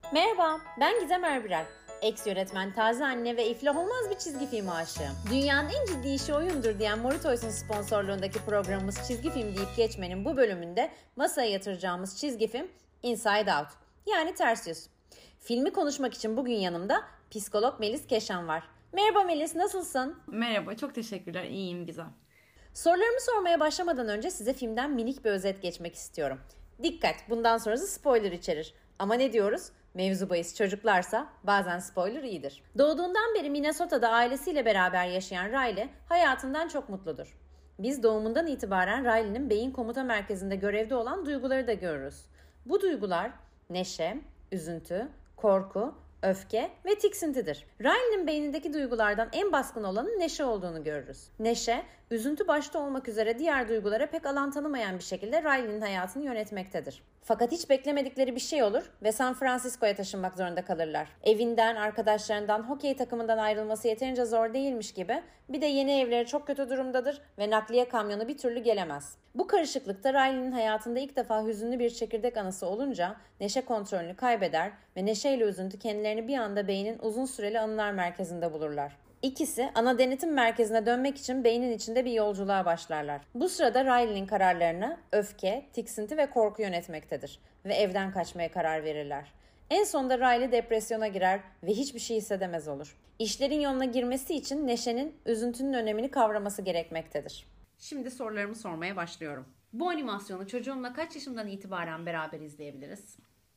Merhaba, ben Gizem Erbirer. Ex-yönetmen, taze anne ve iflah olmaz bir çizgi film aşığım. Dünyanın en ciddi işi oyundur diyen Moritoys'un sponsorluğundaki programımız Çizgi Film deyip geçmenin bu bölümünde masaya yatıracağımız çizgi film Inside Out, yani Ters Yüz. Filmi konuşmak için bugün yanımda psikolog Melis Keşan var. Merhaba Melis, nasılsın? Merhaba, çok teşekkürler. İyiyim Gizem. Sorularımı sormaya başlamadan önce size filmden minik bir özet geçmek istiyorum. Dikkat, bundan sonrası spoiler içerir. Ama ne diyoruz? Mevzu bahis çocuklarsa bazen spoiler iyidir. Doğduğundan beri Minnesota'da ailesiyle beraber yaşayan Riley hayatından çok mutludur. Biz doğumundan itibaren Riley'nin beyin komuta merkezinde görevde olan duyguları da görürüz. Bu duygular neşe, üzüntü, korku, öfke ve tiksintidir. Riley'nin beynindeki duygulardan en baskın olanın neşe olduğunu görürüz. Neşe, üzüntü başta olmak üzere diğer duygulara pek alan tanımayan bir şekilde Riley'nin hayatını yönetmektedir. Fakat hiç beklemedikleri bir şey olur ve San Francisco'ya taşınmak zorunda kalırlar. Evinden, arkadaşlarından, hokey takımından ayrılması yeterince zor değilmiş gibi bir de yeni evleri çok kötü durumdadır ve nakliye kamyonu bir türlü gelemez. Bu karışıklıkta Riley'nin hayatında ilk defa hüzünlü bir çekirdek anısı olunca neşe kontrolünü kaybeder ve neşeyle üzüntü kendilerini bir anda beynin uzun süreli anılar merkezinde bulurlar. İkisi ana denetim merkezine dönmek için beynin içinde bir yolculuğa başlarlar. Bu sırada Riley'nin kararlarını öfke, tiksinti ve korku yönetmektedir ve evden kaçmaya karar verirler. En sonunda Riley depresyona girer ve hiçbir şey hissedemez olur. İşlerin yoluna girmesi için neşenin, üzüntünün önemini kavraması gerekmektedir. Şimdi sorularımı sormaya başlıyorum. Bu animasyonu çocuğumla kaç yaşından itibaren beraber izleyebiliriz?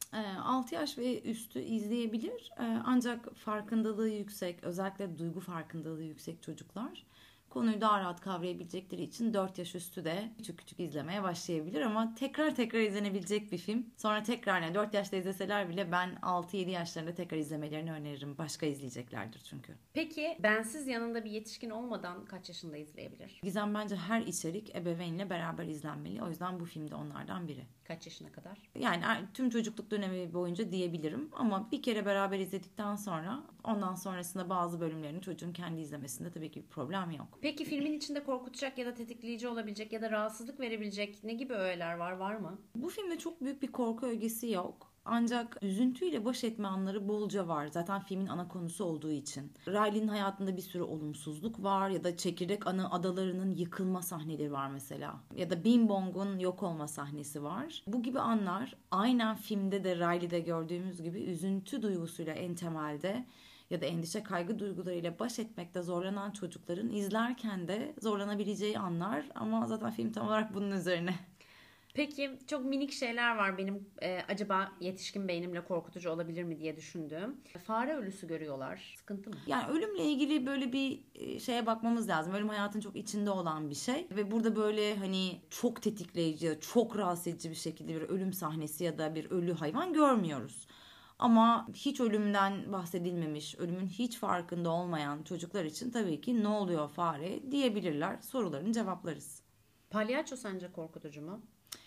6 yaş ve üstü izleyebilir. Ancak farkındalığı yüksek, özellikle duygu farkındalığı yüksek çocuklar konuyu daha rahat kavrayabilecekleri için 4 yaş üstü de küçük küçük izlemeye başlayabilir. Ama tekrar izlenebilecek bir film. Sonra tekrar, yani 4 yaşta izleseler bile ben 6-7 yaşlarında tekrar izlemelerini öneririm. Başka izleyeceklerdir çünkü. Peki bensiz yanında bir yetişkin olmadan kaç yaşında izleyebilir? Gizem, bence her içerik ebeveynle beraber izlenmeli. O yüzden bu film de onlardan biri. Kaç yaşına kadar? Yani tüm çocukluk dönemi boyunca diyebilirim. Ama bir kere beraber izledikten sonra ondan sonrasında bazı bölümlerini çocuğun kendi izlemesinde tabii ki bir problem yok. Peki filmin içinde korkutacak ya da tetikleyici olabilecek ya da rahatsızlık verebilecek ne gibi öğeler var mı? Bu filmde çok büyük bir korku ögesi yok. Ancak üzüntüyle baş etme anları bolca var. Zaten filmin ana konusu olduğu için. Riley'nin hayatında bir sürü olumsuzluk var. Ya da çekirdek ana adalarının yıkılma sahneleri var mesela. Ya da Bing Bong'un yok olma sahnesi var. Bu gibi anlar aynen filmde de Riley'de gördüğümüz gibi üzüntü duygusuyla en temelde ya da endişe kaygı duygularıyla baş etmekte zorlanan çocukların izlerken de zorlanabileceği anlar. Ama zaten film tam olarak bunun üzerine. Peki çok minik şeyler var benim acaba yetişkin beynimle korkutucu olabilir mi diye düşündüğüm. Fare ölüsü görüyorlar. Sıkıntı mı? Yani ölümle ilgili böyle bir şeye bakmamız lazım. Ölüm hayatın çok içinde olan bir şey. Ve burada böyle hani çok tetikleyici, çok rahatsız edici bir şekilde bir ölüm sahnesi ya da bir ölü hayvan görmüyoruz. Ama hiç ölümden bahsedilmemiş, ölümün hiç farkında olmayan çocuklar için tabii ki ne oluyor fare diyebilirler. Sorularını cevaplarız. Palyaço sence korkutucu mu?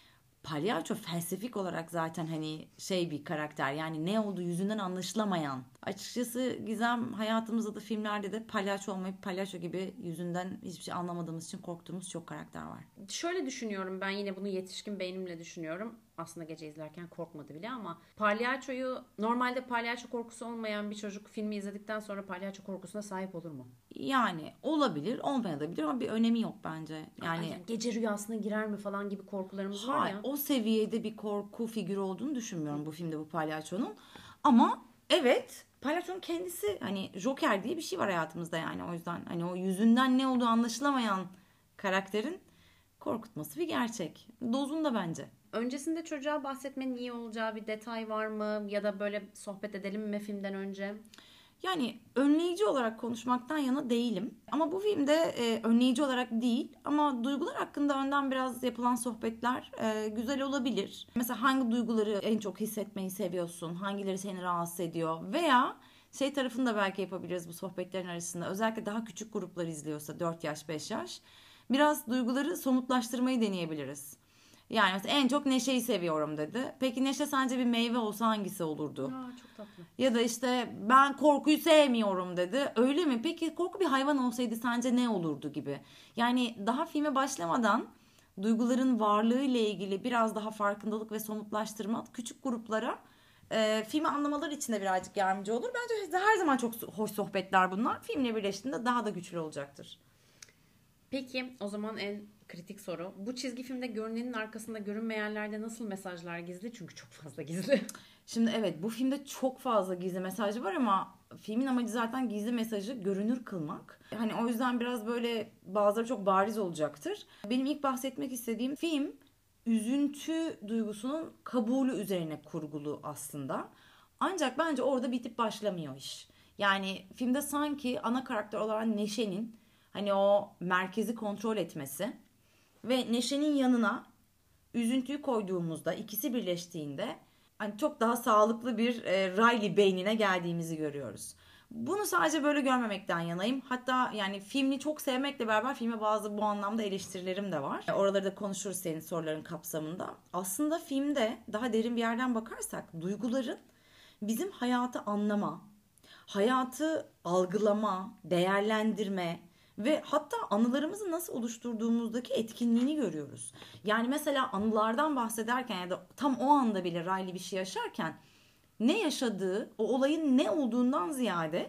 Palyaço felsefik olarak zaten hani bir karakter, yani ne olduğu yüzünden anlaşılamayan. Açıkçası Gizem, hayatımızda da filmlerde de palyaço olmayıp palyaço gibi yüzünden hiçbir şey anlamadığımız için korktuğumuz çok karakter var. Şöyle düşünüyorum, ben yine bunu yetişkin beynimle düşünüyorum. Aslında gece izlerken korkmadı bile ama palyaçoyu, normalde palyaço korkusu olmayan bir çocuk filmi izledikten sonra palyaço korkusuna sahip olur mu? Yani olabilir, olmayabilir ama bir önemi yok bence. Yani gece rüyasına girer mi falan gibi korkularımız var ya. O seviyede bir korku figürü olduğunu düşünmüyorum bu filmde bu palyaçonun. Ama evet, palyaçonun kendisi, hani Joker diye bir şey var hayatımızda, yani o yüzden hani o yüzünden ne olduğu anlaşılamayan karakterin korkutması bir gerçek. Dozunda bence. Öncesinde çocuğa bahsetmenin iyi olacağı bir detay var mı? Ya da böyle sohbet edelim mi filmden önce? Yani önleyici olarak konuşmaktan yana değilim. Ama bu filmde önleyici olarak değil ama duygular hakkında önden biraz yapılan sohbetler güzel olabilir. Mesela hangi duyguları en çok hissetmeyi seviyorsun? Hangileri seni rahatsız ediyor? Veya tarafını da belki yapabiliriz bu sohbetlerin arasında. Özellikle daha küçük gruplar izliyorsa 4 yaş 5 yaş. Biraz duyguları somutlaştırmayı deneyebiliriz. Yani mesela en çok Neşe'yi seviyorum dedi. Peki Neşe sence bir meyve olsa hangisi olurdu? Çok tatlı. Ya da işte ben korkuyu sevmiyorum dedi. Öyle mi? Peki korku bir hayvan olsaydı sence ne olurdu gibi. Yani daha filme başlamadan duyguların varlığı ile ilgili biraz daha farkındalık ve somutlaştırma küçük gruplara Filmi anlamaları için de birazcık yardımcı olur. Bence her zaman çok hoş sohbetler bunlar. Filmle birleştiğinde daha da güçlü olacaktır. Peki o zaman en kritik soru. Bu çizgi filmde görünenin arkasında görünmeyenlerde nasıl mesajlar gizli? Çünkü çok fazla gizli. Şimdi evet, bu filmde çok fazla gizli mesaj var ama filmin amacı zaten gizli mesajı görünür kılmak. Hani o yüzden biraz böyle bazıları çok bariz olacaktır. Benim ilk bahsetmek istediğim film üzüntü duygusunun kabulü üzerine kurgulu aslında. Ancak bence orada bitip başlamıyor iş. Yani filmde sanki ana karakter olan Neşe'nin hani o merkezi kontrol etmesi ve Neşe'nin yanına üzüntüyü koyduğumuzda, ikisi birleştiğinde hani çok daha sağlıklı bir Riley beynine geldiğimizi görüyoruz. Bunu sadece böyle görmemekten yanayım. Hatta yani filmi çok sevmekle beraber filme bazı bu anlamda eleştirilerim de var. Oraları da konuşuruz senin soruların kapsamında. Aslında filmde daha derin bir yerden bakarsak duyguların bizim hayatı anlama, hayatı algılama, değerlendirme ve hatta anılarımızı nasıl oluşturduğumuzdaki etkinliğini görüyoruz. Yani mesela anılardan bahsederken ya da tam o anda bile Riley bir şey yaşarken ne yaşadığı, o olayın ne olduğundan ziyade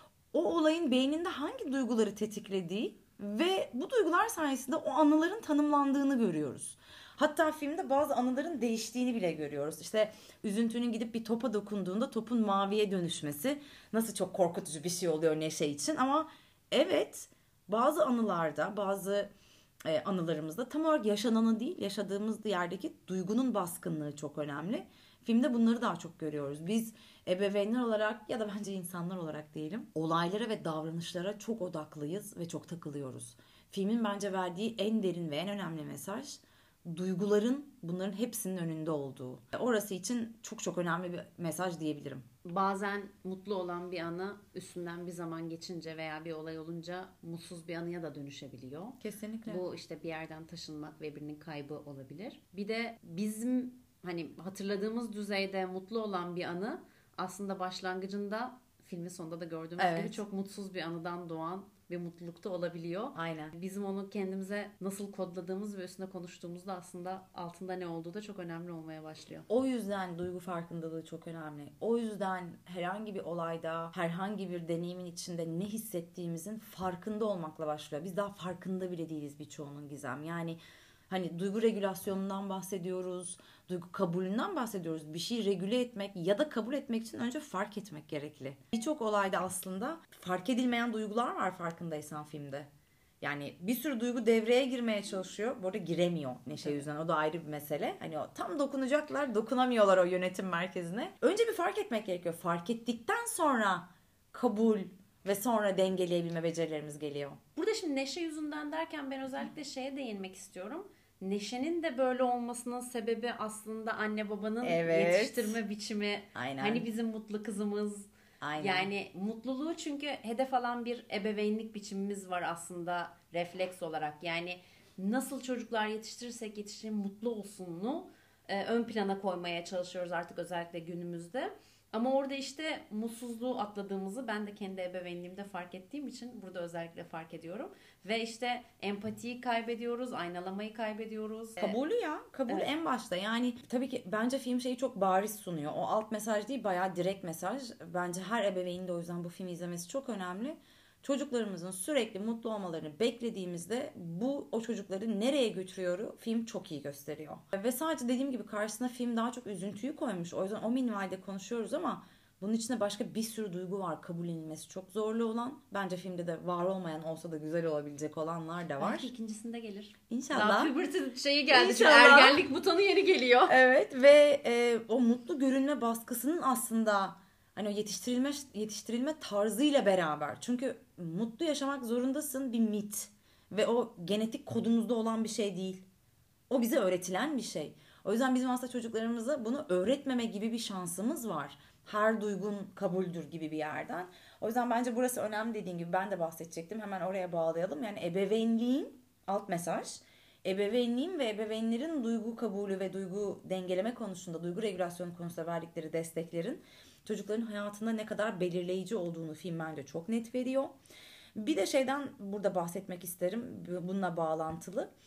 o olayın beyninde hangi duyguları tetiklediği ve bu duygular sayesinde o anıların tanımlandığını görüyoruz. Hatta filmde bazı anıların değiştiğini bile görüyoruz. İşte üzüntünün gidip bir topa dokunduğunda topun maviye dönüşmesi nasıl çok korkutucu bir şey oluyor Neşe için. Ama evet, bazı anılarda, bazı anılarımızda tam olarak yaşananı değil, yaşadığımız yerdeki duygunun baskınlığı çok önemli. Filmde bunları daha çok görüyoruz. Biz ebeveynler olarak ya da bence insanlar olarak diyelim, olaylara ve davranışlara çok odaklıyız ve çok takılıyoruz. Filmin bence verdiği en derin ve en önemli mesaj duyguların bunların hepsinin önünde olduğu. Orası için çok çok önemli bir mesaj diyebilirim. Bazen mutlu olan bir anı üstünden bir zaman geçince veya bir olay olunca mutsuz bir anıya da dönüşebiliyor. Kesinlikle. Bu işte bir yerden taşınmak ve birinin kaybı olabilir. Bir de bizim hani hatırladığımız düzeyde mutlu olan bir anı aslında başlangıcında filmin sonunda da gördüğümüz gibi çok mutsuz bir anıdan doğan bir mutlulukta olabiliyor. Aynen. Bizim onu kendimize nasıl kodladığımız ve üstüne konuştuğumuzda aslında altında ne olduğu da çok önemli olmaya başlıyor. O yüzden duygu farkındalığı çok önemli. O yüzden herhangi bir olayda, herhangi bir deneyimin içinde ne hissettiğimizin farkında olmakla başlıyor. Biz daha farkında bile değiliz birçoğunun, Gizem. Yani hani duygu regülasyonundan bahsediyoruz, duygu kabulünden bahsediyoruz. Bir şeyi regüle etmek ya da kabul etmek için önce fark etmek gerekli. Birçok olayda aslında fark edilmeyen duygular var farkındaysan filmde. Yani bir sürü duygu devreye girmeye çalışıyor. Bu arada giremiyor Neşe yüzünden. O da ayrı bir mesele. Hani o tam dokunacaklar, dokunamıyorlar o yönetim merkezine. Önce bir fark etmek gerekiyor. Fark ettikten sonra kabul ve sonra dengeleyebilme becerilerimiz geliyor. Burada şimdi Neşe yüzünden derken ben özellikle şeye değinmek istiyorum. Neşe'nin de böyle olmasının sebebi aslında anne babanın yetiştirme biçimi. Aynen. Hani bizim mutlu kızımız. Aynen. Yani mutluluğu çünkü hedef alan bir ebeveynlik biçimimiz var aslında refleks olarak. Yani nasıl çocuklar yetiştirirsek yetiştirelim mutlu olsununu ön plana koymaya çalışıyoruz artık özellikle günümüzde. Ama orada işte mutsuzluğu atladığımızı ben de kendi ebeveynliğimde fark ettiğim için burada özellikle fark ediyorum. Ve işte empatiyi kaybediyoruz, aynalamayı kaybediyoruz. Kabulü ya. Kabul en başta. Yani tabii ki bence film şeyi çok bariz sunuyor. O alt mesaj değil, bayağı direkt mesaj. Bence her ebeveynin de o yüzden bu filmi izlemesi çok önemli. Çocuklarımızın sürekli mutlu olmalarını beklediğimizde bu o çocukları nereye götürüyor film çok iyi gösteriyor. Ve sadece dediğim gibi karşısına film daha çok üzüntüyü koymuş. O yüzden o minvalde konuşuyoruz ama bunun içinde başka bir sürü duygu var. Kabullenilmesi çok zorlu olan. Bence filmde de var olmayan olsa da güzel olabilecek olanlar da var. Belki ikincisinde gelir. İnşallah. Daha puberty şeyi geldi. İnşallah. Ergenlik butonu yeni geliyor. Evet ve o mutlu görünme baskısının aslında hani o yetiştirilme tarzıyla beraber. Çünkü mutlu yaşamak zorundasın bir mit. Ve o genetik kodumuzda olan bir şey değil. O bize öğretilen bir şey. O yüzden bizim aslında çocuklarımıza bunu öğretmeme gibi bir şansımız var. Her duygun kabuldür gibi bir yerden. O yüzden bence burası önemli, dediğin gibi ben de bahsedecektim. Hemen oraya bağlayalım. Yani ebeveynliğin alt mesaj. Ebeveynliğin ve ebeveynlerin duygu kabulü ve duygu dengeleme konusunda, duygu regülasyonu konusunda verdikleri desteklerin çocukların hayatında ne kadar belirleyici olduğunu film bence çok net veriyor. Bir de şeyden burada bahsetmek isterim bununla bağlantılı.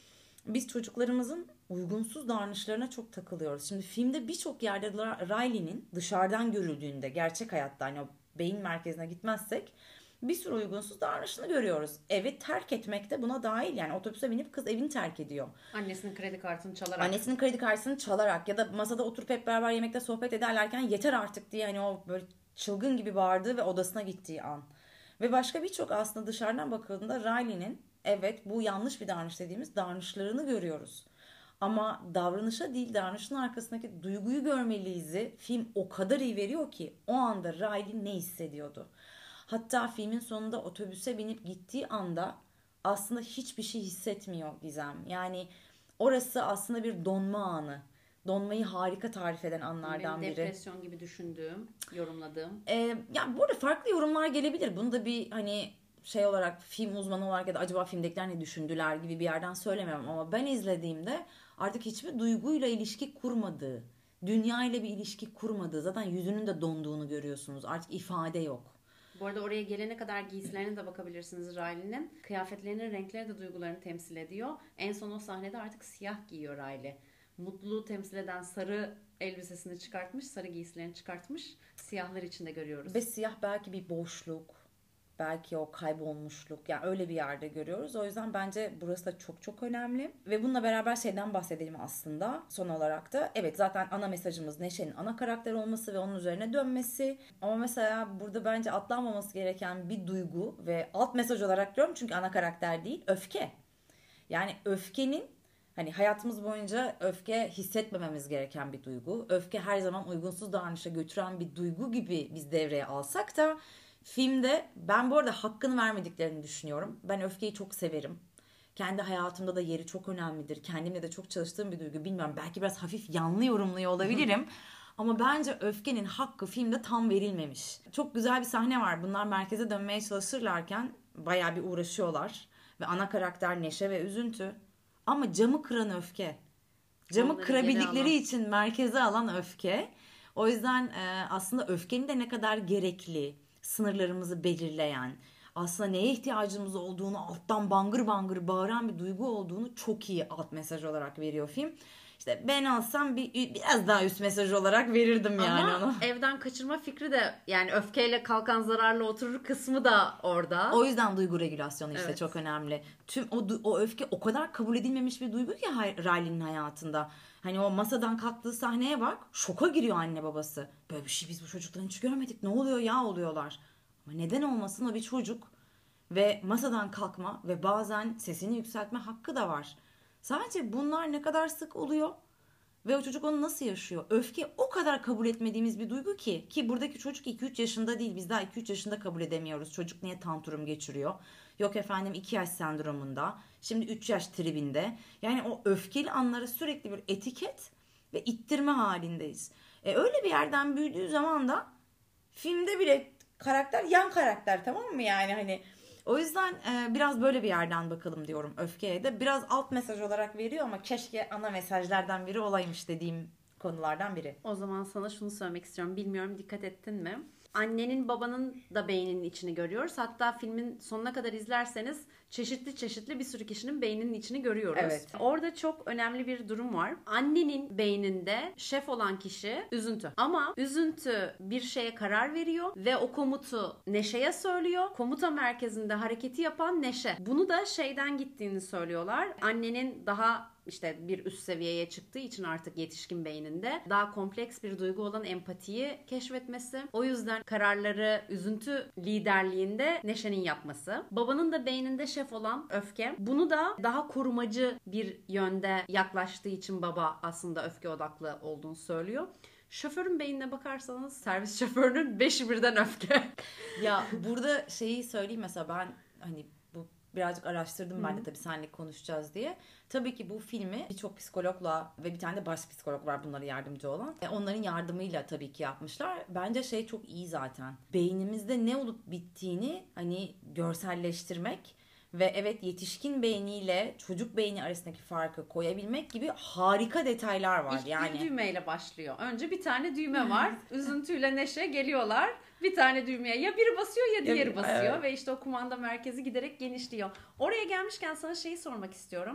biz çocuklarımızın uygunsuz davranışlarına çok takılıyoruz. Şimdi filmde birçok yerde Riley'nin dışarıdan görüldüğünde, gerçek hayatta hani o beyin merkezine gitmezsek bir sürü uygunsuz davranışını görüyoruz. Evi terk etmek de buna dahil. Yani otobüse binip kız evini terk ediyor. Annesinin kredi kartını çalarak. Annesinin kredi kartını çalarak ya da masada oturup hep beraber yemekte sohbet ederlerken yeter artık diye hani o böyle çılgın gibi bağırdığı ve odasına gittiği an. Ve başka birçok aslında dışarıdan bakıldığında Riley'nin evet bu yanlış bir davranış dediğimiz davranışlarını görüyoruz. Ama davranışa değil davranışın arkasındaki duyguyu görmeliyiz. Film o kadar iyi veriyor ki o anda Riley ne hissediyordu? Hatta filmin sonunda otobüse binip gittiği anda aslında hiçbir şey hissetmiyor Gizem. Yani orası aslında bir donma anı. Donmayı harika tarif eden anlardan Benim biri. depresyon gibi düşündüğüm, yorumladığım. Yani burada farklı yorumlar gelebilir. Bunu da bir hani şey olarak film uzmanı olarak ya da acaba filmdekiler ne düşündüler gibi bir yerden söylemiyorum. Ama ben izlediğimde artık hiçbir duyguyla ilişki kurmadığı, dünya ile bir ilişki kurmadığı, zaten yüzünün de donduğunu görüyorsunuz. Artık ifade yok. Bu arada oraya gelene kadar giysilerine de bakabilirsiniz Riley'nin. Kıyafetlerinin renkleri de duygularını temsil ediyor. En son o sahnede artık siyah giyiyor Riley. Mutluluğu temsil eden sarı elbisesini çıkartmış, sarı giysilerini çıkartmış. Siyahlar içinde görüyoruz. Ve siyah belki bir boşluk, belki o kaybolmuşluk, yani öyle bir yerde görüyoruz. O yüzden bence burası da çok çok önemli. Ve bununla beraber şeyden bahsedelim aslında son olarak da. Evet, zaten ana mesajımız Neşe'nin ana karakter olması ve onun üzerine dönmesi. Ama mesela burada bence atlanmaması gereken bir duygu ve alt mesaj olarak diyorum çünkü ana karakter değil, öfke. Yani öfkenin hani hayatımız boyunca öfke hissetmememiz gereken bir duygu. Öfke her zaman uygunsuz davranışa götüren bir duygu gibi biz devreye alsak da filmde ben bu arada hakkını vermediklerini düşünüyorum. Ben öfkeyi çok severim. Kendi hayatımda da yeri çok önemlidir. Kendimle de çok çalıştığım bir duygu. Bilmiyorum, belki biraz hafif yanlı yorumluyor olabilirim. Ama bence öfkenin hakkı filmde tam verilmemiş. Çok güzel bir sahne var. Bunlar merkeze dönmeye çalışırlarken bayağı bir uğraşıyorlar. Ve ana karakter neşe ve üzüntü. Ama camı kıran öfke. Camı Onları kırabildikleri geri için merkeze alan öfke. O yüzden aslında öfkenin de ne kadar gerekli, sınırlarımızı belirleyen, aslında neye ihtiyacımız olduğunu alttan bangır bangır bağıran bir duygu olduğunu çok iyi alt mesaj olarak veriyor film. İşte ben alsam biraz daha üst mesaj olarak verirdim yani ama onu. evden kaçırma fikri de yani öfkeyle kalkan zararla oturur kısmı da orada. O yüzden duygu regülasyonu işte Evet. çok önemli. Tüm o öfke o kadar kabul edilmemiş bir duygu ki Riley'nin hayatında. Hani o masadan kalktığı sahneye bak. Şoka giriyor anne babası. Böyle bir şey biz bu çocuktan hiç görmedik. Ne oluyor ya oluyorlar. Ama neden olmasın, o bir çocuk. Ve masadan kalkma ve bazen sesini yükseltme hakkı da var. Sadece bunlar ne kadar sık oluyor ve o çocuk onu nasıl yaşıyor? Öfke o kadar kabul etmediğimiz bir duygu ki buradaki çocuk 2-3 yaşında değil. Biz daha 2-3 yaşında kabul edemiyoruz. Çocuk niye tantrum geçiriyor? Yok efendim 2 yaş sendromunda. Şimdi 3 yaş tribinde. Yani o öfkeli anlara sürekli bir etiket ve ittirme halindeyiz. Öyle bir yerden büyüdüğü zaman da filmde bile karakter yan karakter, tamam mı yani hani o yüzden biraz böyle bir yerden bakalım diyorum öfkeye de. Biraz alt mesaj olarak veriyor ama keşke ana mesajlardan biri olaymış dediğim konulardan biri. O zaman sana şunu söylemek istiyorum. Bilmiyorum dikkat ettin mi? Annenin babanın da beyninin içini görüyoruz. Hatta filmin sonuna kadar izlerseniz çeşitli bir sürü kişinin beyninin içini görüyoruz. Evet. Orada çok önemli bir durum var. Annenin beyninde şef olan kişi üzüntü. Ama üzüntü bir şeye karar veriyor ve o komutu Neşe'ye söylüyor. Komuta merkezinde hareketi yapan Neşe. Bunu da şeyden gittiğini söylüyorlar. Annenin daha işte bir üst seviyeye çıktığı için artık yetişkin beyninde daha kompleks bir duygu olan empatiyi keşfetmesi. O yüzden kararları üzüntü liderliğinde Neşe'nin yapması. Babanın da beyninde şef olan öfke. Bunu da daha korumacı bir yönde yaklaştığı için baba aslında öfke odaklı olduğunu söylüyor. Şoförün beynine bakarsanız servis şoförünün 5'i birden öfke. Ya burada şeyi söyleyeyim, mesela ben hani bu birazcık araştırdım ben de tabii seninle konuşacağız diye. Tabii ki bu filmi birçok psikologla ve bir tane de baş psikolog var bunlara yardımcı olan. Onların yardımıyla tabii ki yapmışlar. Bence şey çok iyi zaten. Beynimizde ne olup bittiğini hani görselleştirmek ve evet yetişkin beyniyle çocuk beyni arasındaki farkı koyabilmek gibi harika detaylar var. İlk yani. bir düğmeyle başlıyor. Önce bir tane düğme var. Üzüntüyle Neşe geliyorlar. Bir tane düğmeye ya biri basıyor ya diğeri basıyor. Evet. Ve işte o kumanda merkezi giderek genişliyor. Oraya gelmişken sana şeyi sormak istiyorum.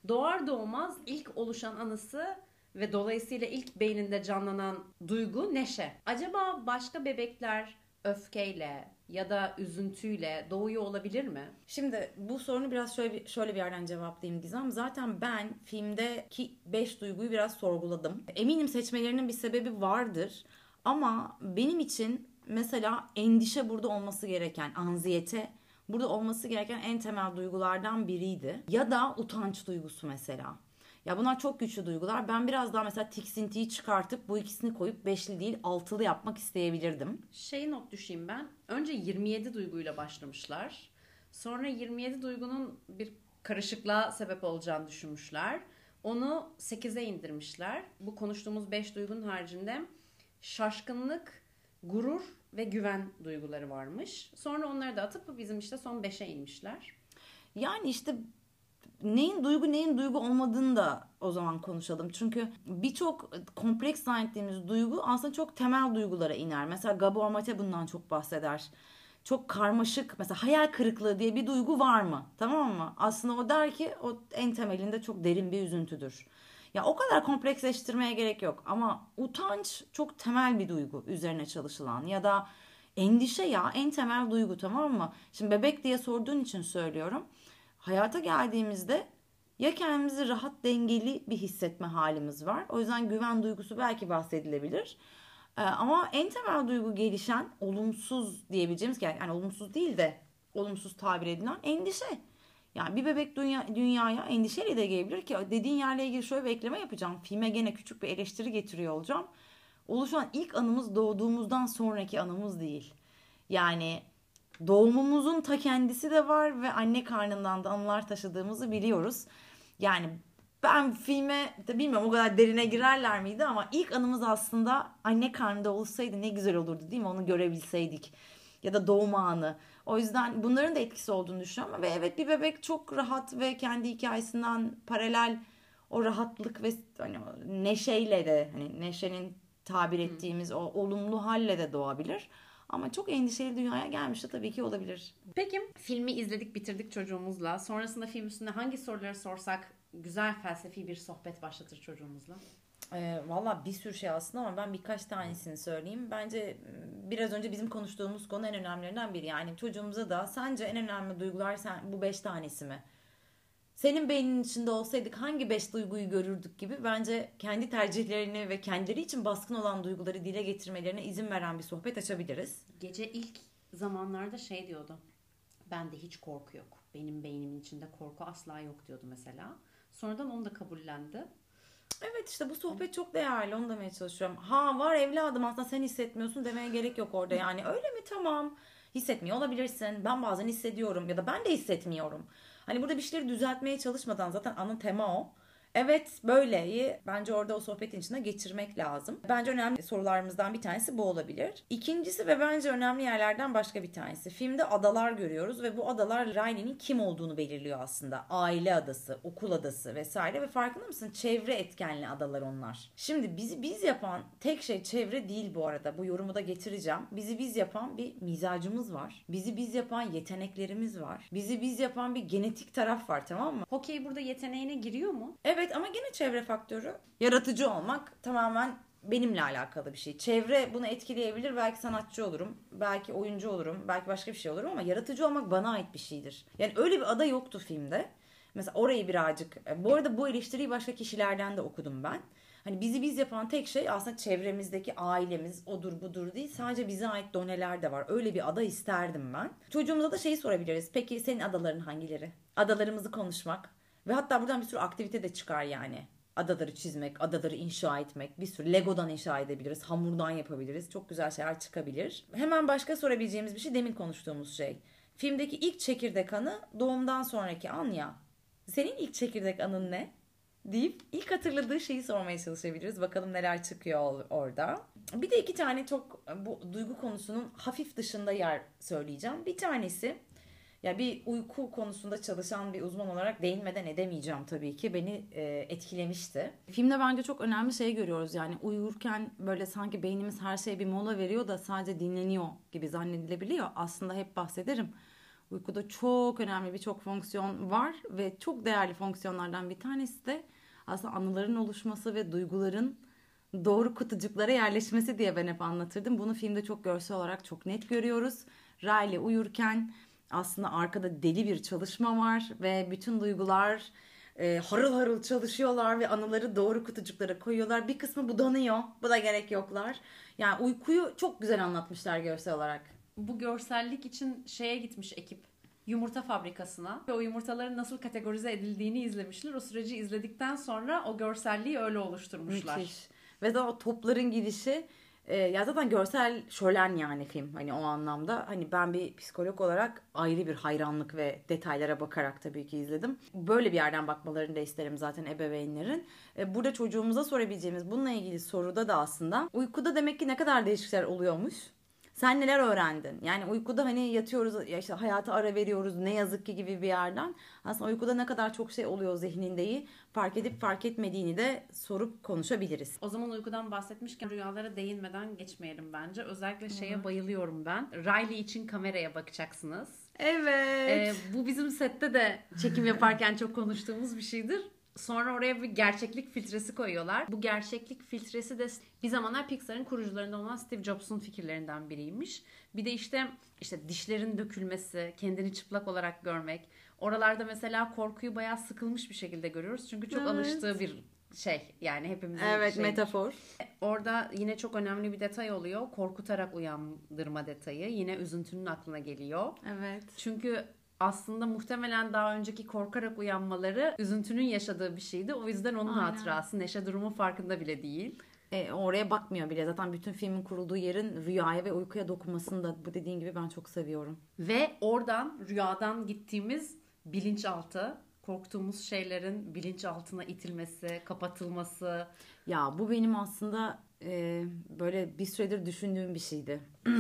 Doğar doğmaz ilk oluşan anısı ve dolayısıyla ilk beyninde canlanan duygu neşe. Acaba başka bebekler öfkeyle ya da üzüntüyle doğuyor olabilir mi? Şimdi bu sorunu biraz şöyle bir yerden cevaplayayım Gizem. Zaten ben filmdeki 5 duyguyu biraz sorguladım. Eminim seçmelerinin bir sebebi vardır. Ama benim için mesela endişe burada olması gereken, anziyete burada olması gereken en temel duygulardan biriydi. Ya da utanç duygusu mesela. Ya bunlar çok güçlü duygular. Ben biraz daha mesela tiksintiyi çıkartıp bu ikisini koyup beşli değil altılı yapmak isteyebilirdim. Not düşeyim ben. Önce 27 duyguyla başlamışlar. Sonra 27 duygunun bir karışıklığa sebep olacağını düşünmüşler. Onu 8'e indirmişler. Bu konuştuğumuz 5 duygunun haricinde şaşkınlık, gurur ve güven duyguları varmış. Sonra onları da atıp bizim işte son 5'e inmişler. Yani işte neyin duygu olmadığını da o zaman konuşalım. Çünkü birçok kompleks zannettiğimiz duygu aslında çok temel duygulara iner. Mesela Gabor Mate bundan çok bahseder. Çok karmaşık, mesela hayal kırıklığı diye bir duygu var mı? Tamam mı? Aslında o der ki o en temelinde çok derin bir üzüntüdür. Ya o kadar kompleksleştirmeye gerek yok. Ama utanç çok temel bir duygu üzerine çalışılan. Ya da endişe ya en temel duygu, tamam mı? Şimdi bebek diye sorduğun için söylüyorum. Hayata geldiğimizde ya kendimizi rahat, dengeli bir hissetme halimiz var. O yüzden güven duygusu belki bahsedilebilir. Ama en temel duygu gelişen olumsuz diyebileceğimiz, yani olumsuz değil de olumsuz tabir edilen endişe. Yani bir bebek dünyaya endişeyle de gelebilir ki dediğin yerle ilgili şöyle bir ekleme yapacağım. Filme gene küçük bir eleştiri getiriyor olacağım. Oluşan ilk anımız doğduğumuzdan sonraki anımız değil. Yani doğumumuzun ta kendisi de var ve anne karnından da anılar taşıdığımızı biliyoruz. Yani ben filme de bilmiyorum o kadar derine girerler miydi ama ilk anımız aslında anne karnında olsaydı ne güzel olurdu değil mi? Onu görebilseydik. Ya da doğum anı. O yüzden bunların da etkisi olduğunu düşünüyorum. Ve evet, bir bebek çok rahat ve kendi hikayesinden paralel o rahatlık ve hani neşeyle de, hani neşenin tabir ettiğimiz o olumlu halle de doğabilir. Ama çok endişeli dünyaya gelmiş de tabii ki olabilir. Peki filmi izledik bitirdik çocuğumuzla. Sonrasında film üstünde hangi soruları sorsak güzel felsefi bir sohbet başlatır çocuğumuzla? Valla bir sürü şey aslında ama ben birkaç tanesini söyleyeyim. Bence biraz önce bizim konuştuğumuz konu en önemlilerinden biri. Yani çocuğumuza da sence en önemli duygular bu 5 tanesi mi? Senin beyninin içinde olsaydık hangi 5 duyguyu görürdük gibi, bence kendi tercihlerini ve kendileri için baskın olan duyguları dile getirmelerine izin veren bir sohbet açabiliriz. Gece ilk zamanlarda diyordu. Bende hiç korku yok. Benim beynimin içinde korku asla yok diyordu mesela. Sonradan onu da kabullendi. Evet, işte bu sohbet çok değerli, onu demeye çalışıyorum. Ha var evladım, aslında sen hissetmiyorsun demeye gerek yok orada. Yani öyle mi, tamam, hissetmiyor olabilirsin. Ben bazen hissediyorum ya da ben de hissetmiyorum. Hani burada bir şeyleri düzeltmeye çalışmadan, zaten ana tema o. Evet, böyleyi bence orada o sohbetin içine geçirmek lazım. Bence önemli sorularımızdan bir tanesi bu olabilir. İkincisi ve bence önemli yerlerden başka bir tanesi. Filmde adalar görüyoruz ve bu adalar Riley'nin kim olduğunu belirliyor aslında. Aile adası, okul adası vesaire ve farkında mısın? Çevre etkenli adalar onlar. Şimdi bizi biz yapan tek şey çevre değil bu arada. Bu yorumu da getireceğim. Bizi biz yapan bir mizacımız var. Bizi biz yapan yeteneklerimiz var. Bizi biz yapan bir genetik taraf var, tamam mı? Hokey burada yeteneğine giriyor mu? Evet ama gene çevre faktörü. Yaratıcı olmak tamamen benimle alakalı bir şey. Çevre bunu etkileyebilir. Belki sanatçı olurum. Belki oyuncu olurum. Belki başka bir şey olurum ama yaratıcı olmak bana ait bir şeydir. Yani öyle bir ada yoktu filmde. Mesela orayı birazcık... Bu arada bu eleştiriyi başka kişilerden de okudum ben. Hani bizi biz yapan tek şey aslında çevremizdeki ailemiz, odur budur değil. Sadece bize ait doneler de var. Öyle bir ada isterdim ben. Çocuğumuza da şeyi sorabiliriz. Peki senin adaların hangileri? Adalarımızı konuşmak. Ve hatta buradan bir sürü aktivite de çıkar yani. Adaları çizmek, adaları inşa etmek, bir sürü Lego'dan inşa edebiliriz, hamurdan yapabiliriz. Çok güzel şeyler çıkabilir. Hemen başka sorabileceğimiz bir şey demin konuştuğumuz şey. Filmdeki ilk çekirdek anı doğumdan sonraki an ya. Senin ilk çekirdek anın ne? Deyip ilk hatırladığı şeyi sormaya çalışabiliriz. Bakalım neler çıkıyor orada. Bir de iki tane çok bu duygu konusunun hafif dışında yer söyleyeceğim. Bir tanesi, ya bir uyku konusunda çalışan bir uzman olarak değinmeden edemeyeceğim tabii ki. Beni etkilemişti. Filmde bence çok önemli şey görüyoruz. Yani uyurken böyle sanki beynimiz her şeye bir mola veriyor da sadece dinleniyor gibi zannedilebiliyor. Aslında hep bahsederim. Uykuda çok önemli birçok fonksiyon var ve çok değerli fonksiyonlardan bir tanesi de aslında anıların oluşması ve duyguların doğru kutucuklara yerleşmesi diye ben hep anlatırdım. Bunu filmde çok görsel olarak çok net görüyoruz. Riley uyurken aslında arkada deli bir çalışma var ve bütün duygular harıl harıl çalışıyorlar ve anıları doğru kutucuklara koyuyorlar. Bir kısmı budanıyor. Buna gerek yoklar. Yani uykuyu çok güzel anlatmışlar görsel olarak. Bu görsellik için şeye gitmiş ekip. Yumurta fabrikasına ve o yumurtaların nasıl kategorize edildiğini izlemişler. O süreci izledikten sonra o görselliği öyle oluşturmuşlar. Müthiş. Ve de o topların gidişi ya zaten görsel şölen yani film. Hani o anlamda hani ben bir psikolog olarak ayrı bir hayranlık ve detaylara bakarak tabii ki izledim. Böyle bir yerden bakmalarını da isterim zaten ebeveynlerin. Burada çocuğumuza sorabileceğimiz bununla ilgili soruda da aslında uykuda demek ki ne kadar değişiklikler oluyormuş. Sen neler öğrendin? Yani uykuda hani yatıyoruz, ya işte hayata ara veriyoruz ne yazık ki gibi bir yerden. Aslında uykuda ne kadar çok şey oluyor zihnindeyi fark edip fark etmediğini de sorup konuşabiliriz. O zaman uykudan bahsetmişken rüyalara değinmeden geçmeyelim bence. Özellikle şeye bayılıyorum ben. Riley için kameraya bakacaksınız. Evet. Bu bizim sette de çekim yaparken çok konuştuğumuz bir şeydir. Sonra oraya bir gerçeklik filtresi koyuyorlar. Bu gerçeklik filtresi de bir zamanlar Pixar'ın kurucularından olan Steve Jobs'un fikirlerinden biriymiş. Bir de işte dişlerin dökülmesi, kendini çıplak olarak görmek. Oralarda mesela korkuyu bayağı sıkılmış bir şekilde görüyoruz. Çünkü çok alıştığı bir şey. Yani hepimizin Evet, metafor. Orada yine çok önemli bir detay oluyor. Korkutarak uyandırma detayı. Yine üzüntünün aklına geliyor. Evet. Çünkü aslında muhtemelen daha önceki korkarak uyanmaları üzüntünün yaşadığı bir şeydi. O yüzden onun hatırası. Neşe durumu farkında bile değil. Oraya bakmıyor bile. Zaten bütün filmin kurulduğu yerin rüyaya ve uykuya dokunmasını da bu dediğin gibi ben çok seviyorum. Ve oradan rüyadan gittiğimiz bilinçaltı, korktuğumuz şeylerin bilinçaltına itilmesi, kapatılması. Ya bu benim aslında böyle bir süredir düşündüğüm bir şeydi.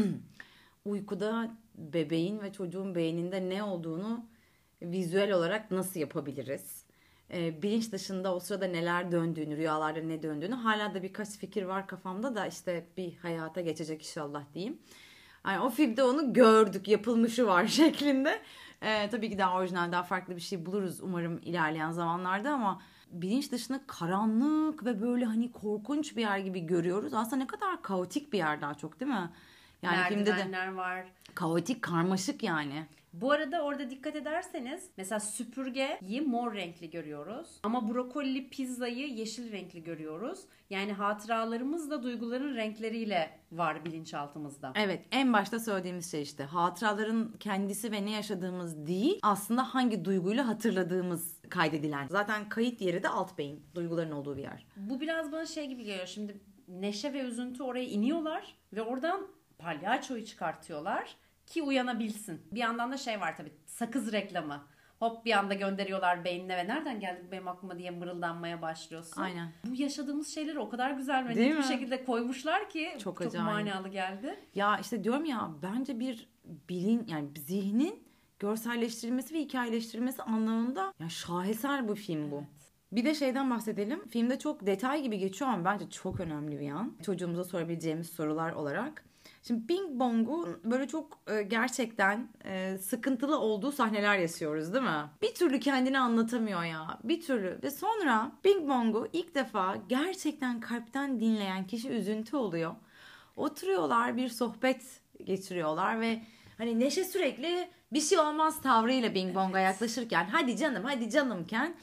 Uykuda bebeğin ve çocuğun beyninde ne olduğunu vizüel olarak nasıl yapabiliriz? Bilinç dışında o sırada neler döndüğünü, rüyalarda ne döndüğünü hala da birkaç fikir var kafamda da işte bir hayata geçecek inşallah diyeyim. Yani o filmde onu gördük, yapılmışı var şeklinde. Tabii ki daha orijinal, daha farklı bir şey buluruz umarım ilerleyen zamanlarda ama bilinç dışında karanlık ve böyle hani korkunç bir yer gibi görüyoruz. Aslında ne kadar kaotik bir yer daha çok değil mi? Yani filmde de merdivenler var. kaotik, karmaşık yani. Bu arada orada dikkat ederseniz mesela süpürgeyi mor renkli görüyoruz. Ama brokoli pizzayı yeşil renkli görüyoruz. Yani hatıralarımızla duyguların renkleriyle var bilinçaltımızda. Evet, en başta söylediğimiz şey işte hatıraların kendisi ve ne yaşadığımız değil aslında hangi duyguyla hatırladığımız kaydedilen. Zaten kayıt yeri de alt beyin, duyguların olduğu bir yer. Bu biraz bana şey gibi geliyor. Şimdi neşe ve üzüntü oraya iniyorlar ve oradan palyaçoyu çıkartıyorlar ki uyanabilsin. Bir yandan da şey var tabii, sakız reklamı. Hop bir anda gönderiyorlar beynine ve nereden geldi bu benim aklıma diye mırıldanmaya başlıyorsun. Aynen. Bu yaşadığımız şeyleri o kadar güzel ve Değil net bir mi? şekilde koymuşlar ki çok acayip. manalı geldi. Ya işte diyorum ya bence bir yani zihnin görselleştirilmesi ve hikayeleştirilmesi anlamında ya şaheser bu film bu. Evet. Bir de şeyden bahsedelim. Filmde çok detay gibi geçiyor ama bence çok önemli bir yan. Çocuğumuza sorabileceğimiz sorular olarak. Şimdi Bing Bong'un böyle çok gerçekten sıkıntılı olduğu sahneler yaşıyoruz değil mi? Bir türlü kendini anlatamıyor ya. Bir türlü. Ve sonra Bing Bong'u ilk defa gerçekten kalpten dinleyen kişi üzüntü oluyor. Oturuyorlar, bir sohbet geçiriyorlar ve hani Neşe sürekli bir şey olmaz tavrıyla Bing Bong'a yaklaşırken hadi canım hadi canımken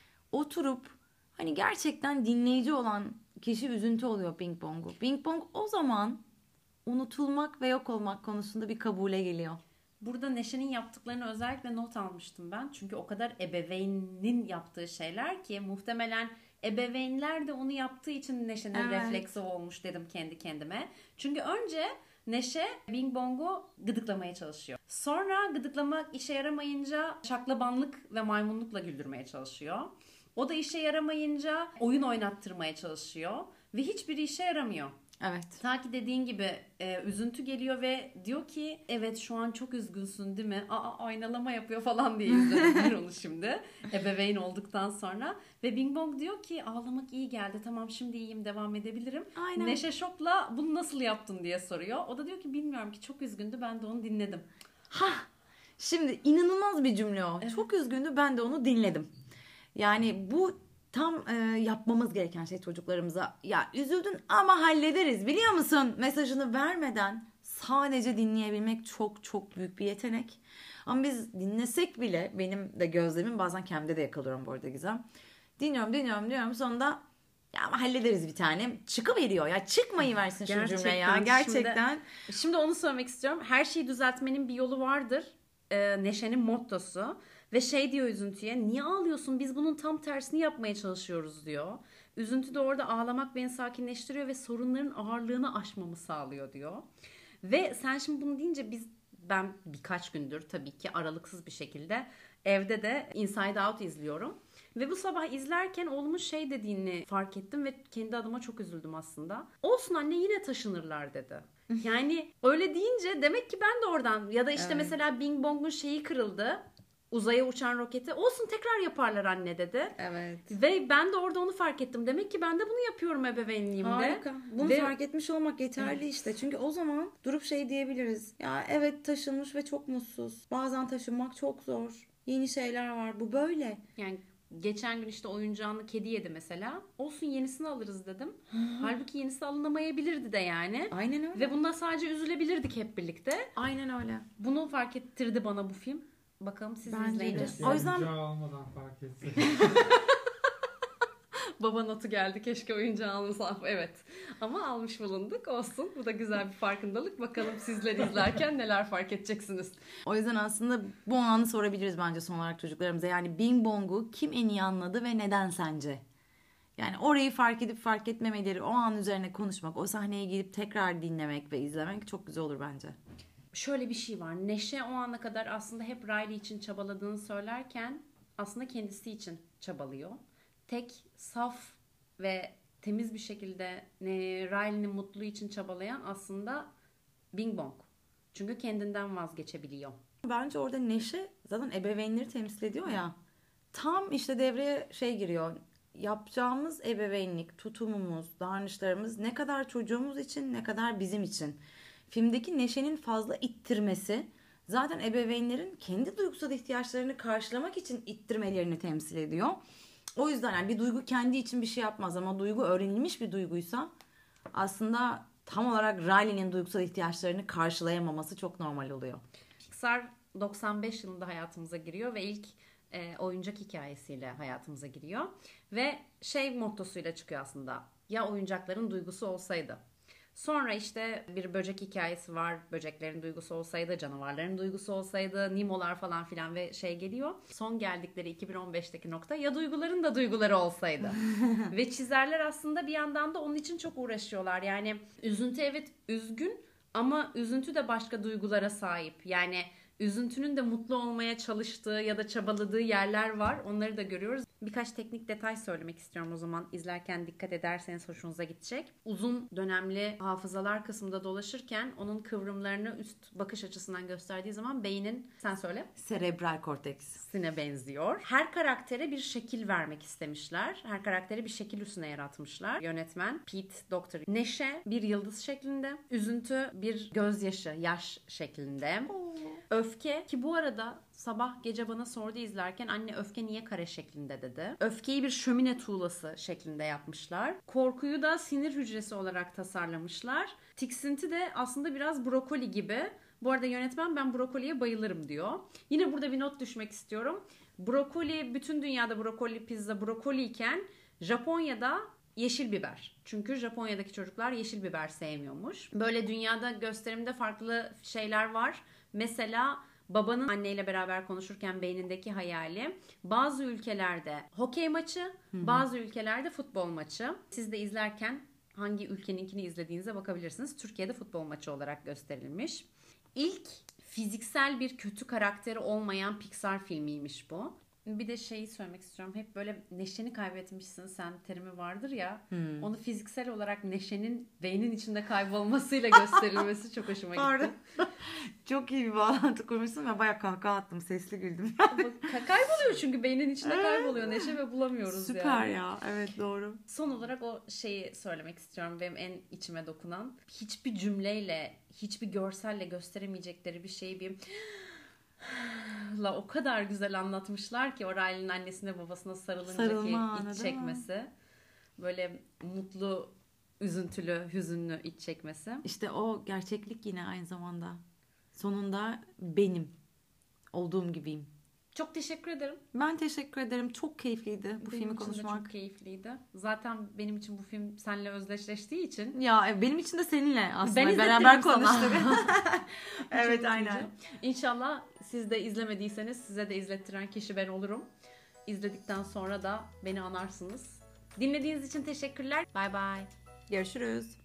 oturup hani gerçekten dinleyici olan kişi üzüntü oluyor Bing Bong'u. Bing Bong o zaman unutulmak ve yok olmak konusunda bir kabule geliyor. Burada Neşe'nin yaptıklarını özellikle not almıştım ben. Çünkü o kadar ebeveynin yaptığı şeyler ki muhtemelen ebeveynler de onu yaptığı için Neşe'nin refleksi olmuş dedim kendi kendime. Çünkü önce Neşe Bing Bong'u gıdıklamaya çalışıyor. Sonra gıdıklamak işe yaramayınca şaklabanlık ve maymunlukla güldürmeye çalışıyor. O da işe yaramayınca oyun oynattırmaya çalışıyor ve hiçbiri işe yaramıyor. Evet. Ta ki dediğin gibi üzüntü geliyor ve diyor ki evet şu an çok üzgünsün değil mi? Aynalama yapıyor falan diye izledim ben onu şimdi. Ebeveyn olduktan sonra. Ve Bing Bong diyor ki ağlamak iyi geldi. Tamam şimdi iyiyim devam edebilirim. Aynen. Neşe şokla bunu nasıl yaptın diye soruyor. O da diyor ki bilmiyorum ki çok üzgündü ben de onu dinledim. Ha Şimdi inanılmaz bir cümle o. Evet. Çok üzgündü, ben de onu dinledim. Yani bu tam yapmamız gereken şey çocuklarımıza. Ya üzüldün ama hallederiz biliyor musun? Mesajını vermeden sadece dinleyebilmek çok çok büyük bir yetenek. Ama biz dinlesek bile, benim de gözlemim, bazen kendimde de yakalıyorum bu arada Gizem. Dinliyorum sonunda ya hallederiz bir tane. Çıkıveriyor ya, çıkmayı versin şu cümle ya gerçekten. Şimdi onu söylemek istiyorum. Her şeyi düzeltmenin bir yolu vardır. Neşe'nin mottosu. Ve şey diyor üzüntüye, niye ağlıyorsun, biz bunun tam tersini yapmaya çalışıyoruz diyor. Üzüntü de orada ağlamak beni sakinleştiriyor ve sorunların ağırlığını aşmamı sağlıyor diyor. Ve sen şimdi bunu deyince ben birkaç gündür tabii ki aralıksız bir şekilde evde de Inside Out izliyorum. Ve bu sabah izlerken oğlumun şey dediğini fark ettim ve kendi adıma çok üzüldüm aslında. Olsun anne, yine taşınırlar dedi. Yani öyle deyince demek ki ben de oradan, ya da işte evet. Mesela Bing Bong'un şeyi kırıldı. Uzaya uçan roketi. Olsun tekrar yaparlar anne dedi. Evet. Ve ben de orada onu fark ettim. Demek ki ben de bunu yapıyorum ebeveynliğimde. Harika. Bunu fark etmiş olmak yeterli işte. Çünkü o zaman durup şey diyebiliriz. Ya evet, taşınmış ve çok mutsuz. Bazen taşınmak çok zor. Yeni şeyler var. Bu böyle. Yani geçen gün işte oyuncağını kedi yedi mesela. Olsun yenisini alırız dedim. Halbuki yenisi alınamayabilirdi de yani. Aynen öyle. Ve bundan sadece üzülebilirdik hep birlikte. Aynen öyle. Bunu fark ettirdi bana bu film. Bakalım siz izleyince. O yüzden almadan fark etsek. Baba notu geldi. Keşke oyuncağı almasam. Evet. Ama almış bulunduk. Olsun. Bu da güzel bir farkındalık. Bakalım sizler izlerken neler fark edeceksiniz. O yüzden aslında bu anı sorabiliriz bence son olarak çocuklarımıza. Yani Bing Bong'u kim en iyi anladı ve neden sence? Yani orayı fark edip fark etmemeleri, o an üzerine konuşmak, o sahneye gidip tekrar dinlemek ve izlemek çok güzel olur bence. Şöyle bir şey var. Neşe o ana kadar aslında hep Riley için çabaladığını söylerken aslında kendisi için çabalıyor. Tek saf ve temiz bir şekilde Riley'nin mutluluğu için çabalayan aslında Bing Bong. Çünkü kendinden vazgeçebiliyor. Bence orada Neşe zaten ebeveynleri temsil ediyor ya. Tam işte devreye şey giriyor. Yapacağımız ebeveynlik, tutumumuz, davranışlarımız ne kadar çocuğumuz için, ne kadar bizim için. Filmdeki Neşe'nin fazla ittirmesi zaten ebeveynlerin kendi duygusal ihtiyaçlarını karşılamak için ittirmelerini temsil ediyor. O yüzden yani bir duygu kendi için bir şey yapmaz ama duygu öğrenilmiş bir duyguysa aslında tam olarak Riley'nin duygusal ihtiyaçlarını karşılayamaması çok normal oluyor. Pixar 95 yılında hayatımıza giriyor ve ilk oyuncak hikayesiyle hayatımıza giriyor. Ve şey mottosuyla çıkıyor aslında. Ya oyuncakların duygusu olsaydı. Sonra işte bir böcek hikayesi var. Böceklerin duygusu olsaydı, canavarların duygusu olsaydı, Nemo'lar falan filan ve şey geliyor. Son geldikleri 2015'teki nokta ya duyguların da duyguları olsaydı. Ve çizerler aslında bir yandan da onun için çok uğraşıyorlar. Yani üzüntü evet üzgün ama üzüntü de başka duygulara sahip. Yani üzüntünün de mutlu olmaya çalıştığı ya da çabaladığı yerler var. Onları da görüyoruz. Birkaç teknik detay söylemek istiyorum o zaman. İzlerken dikkat ederseniz hoşunuza gidecek. Uzun dönemli hafızalar kısmında dolaşırken onun kıvrımlarını üst bakış açısından gösterdiği zaman beynin, sen söyle. Serebral korteksine benziyor. Her karaktere bir şekil vermek istemişler. Her karaktere bir şekil üstüne yaratmışlar. Yönetmen Pete Docter. Neşe bir yıldız şeklinde. Üzüntü bir gözyaşı, yaş şeklinde. Öfke, ki bu arada sabah gece bana sordu izlerken, anne öfke niye kare şeklinde dedi. Öfkeyi bir şömine tuğlası şeklinde yapmışlar. Korkuyu da sinir hücresi olarak tasarlamışlar. Tiksinti de aslında biraz brokoli gibi. Bu arada yönetmen ben brokoliye bayılırım diyor. Yine burada bir not düşmek istiyorum. Brokoli, bütün dünyada brokoli pizza brokoli iken Japonya'da yeşil biber. Çünkü Japonya'daki çocuklar yeşil biber sevmiyormuş. Böyle dünyada gösterimde farklı şeyler var. Mesela babanın anneyle beraber konuşurken beynindeki hayali bazı ülkelerde hokey maçı, bazı ülkelerde futbol maçı. Siz de izlerken hangi ülkeninkini izlediğinize bakabilirsiniz. Türkiye'de futbol maçı olarak gösterilmiş. İlk fiziksel bir kötü karakteri olmayan Pixar filmiymiş bu. Bir de şeyi söylemek istiyorum. Hep böyle neşeni kaybetmişsin sen terimi vardır ya. Onu fiziksel olarak neşenin beynin içinde kaybolmasıyla gösterilmesi çok hoşuma gitti. Çok iyi bir bağlantı kurmuşsun ve bayağı kahkaha attım. Sesli güldüm. Kayboluyor çünkü beynin içinde kayboluyor neşe ve bulamıyoruz. Süper ya. Evet doğru. Son olarak o şeyi söylemek istiyorum. Benim en içime dokunan. Hiçbir cümleyle, hiçbir görselle gösteremeyecekleri bir şeyi bir La o kadar güzel anlatmışlar ki o Riley'nin annesine babasına sarılıncaki Sarılma anı, iç değil mi? çekmesi. Böyle mutlu, üzüntülü, hüzünlü iç çekmesi. İşte o gerçeklik yine aynı zamanda. Sonunda benim olduğum gibiyim. Çok teşekkür ederim. Ben teşekkür ederim. Çok keyifliydi bu Benim filmi için de konuşmak. çok keyifliydi. Zaten benim için bu film seninle özdeşleştiği için. Ya benim için de seninle aslında Ben beraber izlettirdim sana. konuştuk. Hiç Evet, unutmayacağım. aynen. İnşallah siz de izlemediyseniz size de izlettiren kişi ben olurum. İzledikten sonra da beni anarsınız. Dinlediğiniz için teşekkürler. Bay bay. Görüşürüz.